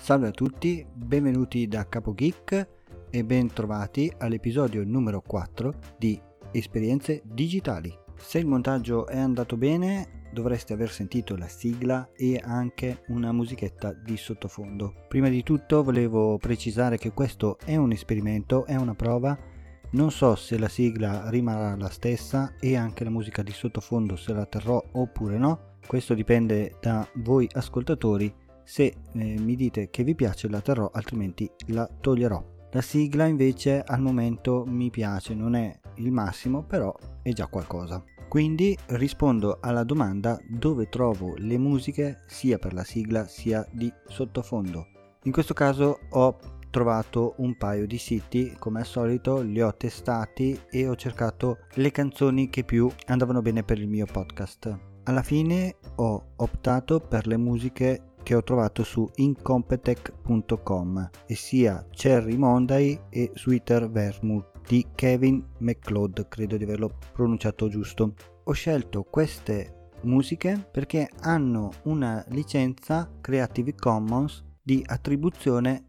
Salve a tutti, benvenuti da Capo Geek e ben trovati all'episodio numero 4 di Esperienze Digitali. Se il montaggio è andato bene, dovreste aver sentito la sigla e anche una musichetta di sottofondo. Prima di tutto volevo precisare che questo è un esperimento, è una prova. Non so se la sigla rimarrà la stessa e anche la musica di sottofondo se la terrò oppure no. Questo dipende da voi ascoltatori. Se mi dite che vi piace la terrò, altrimenti la toglierò. La sigla invece al momento mi piace, non è il massimo, però è già qualcosa. Quindi rispondo alla domanda dove trovo le musiche sia per la sigla sia di sottofondo. In questo caso ho trovato un paio di siti, come al solito li ho testati e ho cercato le canzoni che più andavano bene per il mio podcast. Alla fine ho optato per le musiche che ho trovato su incompetech.com, e sia Cherry Monday e Sweeter Vermouth di Kevin MacLeod, credo di averlo pronunciato giusto. Ho scelto queste musiche perché hanno una licenza Creative Commons di attribuzione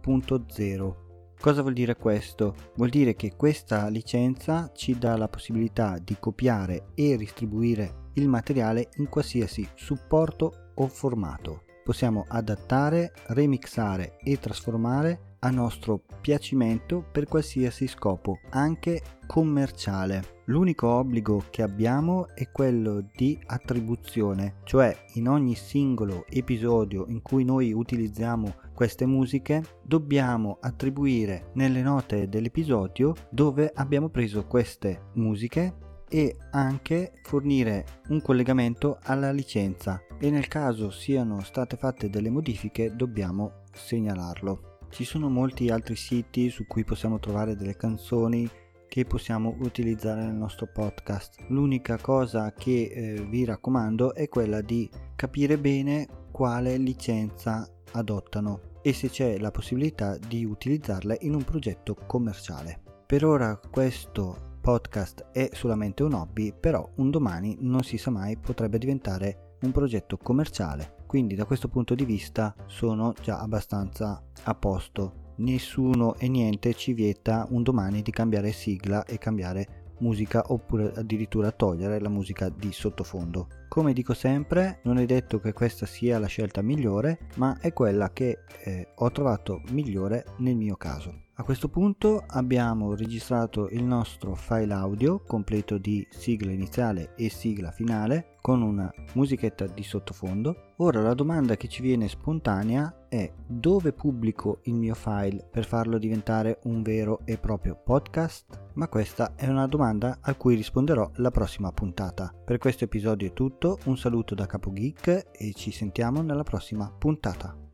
3.0. Cosa vuol dire questo? Vuol dire che questa licenza ci dà la possibilità di copiare e distribuire il materiale in qualsiasi supporto o formato. Possiamo adattare, remixare e trasformare a nostro piacimento per qualsiasi scopo, anche commerciale. L'unico obbligo che abbiamo è quello di attribuzione, cioè in ogni singolo episodio in cui noi utilizziamo queste musiche dobbiamo attribuire nelle note dell'episodio dove abbiamo preso queste musiche e anche fornire un collegamento alla licenza, e nel caso siano state fatte delle modifiche dobbiamo segnalarlo. Ci sono molti altri siti su cui possiamo trovare delle canzoni che possiamo utilizzare nel nostro podcast. L'unica cosa che vi raccomando è quella di capire bene quale licenza adottano e se c'è la possibilità di utilizzarla in un progetto commerciale. Per ora questo podcast è solamente un hobby, però un domani non si sa mai, potrebbe diventare un progetto commerciale, quindi da questo punto di vista sono già abbastanza a posto. Nessuno e niente ci vieta un domani di cambiare sigla e cambiare musica, oppure addirittura togliere la musica di sottofondo. Come dico sempre, non è detto che questa sia la scelta migliore, ma è quella che ho trovato migliore nel mio caso. A questo punto abbiamo registrato il nostro file audio completo di sigla iniziale e sigla finale con una musichetta di sottofondo. Ora la domanda che ci viene spontanea è: dove pubblico il mio file per farlo diventare un vero e proprio podcast? Ma questa è una domanda a cui risponderò la prossima puntata. Per questo episodio è tutto, un saluto da Capo Geek e ci sentiamo nella prossima puntata.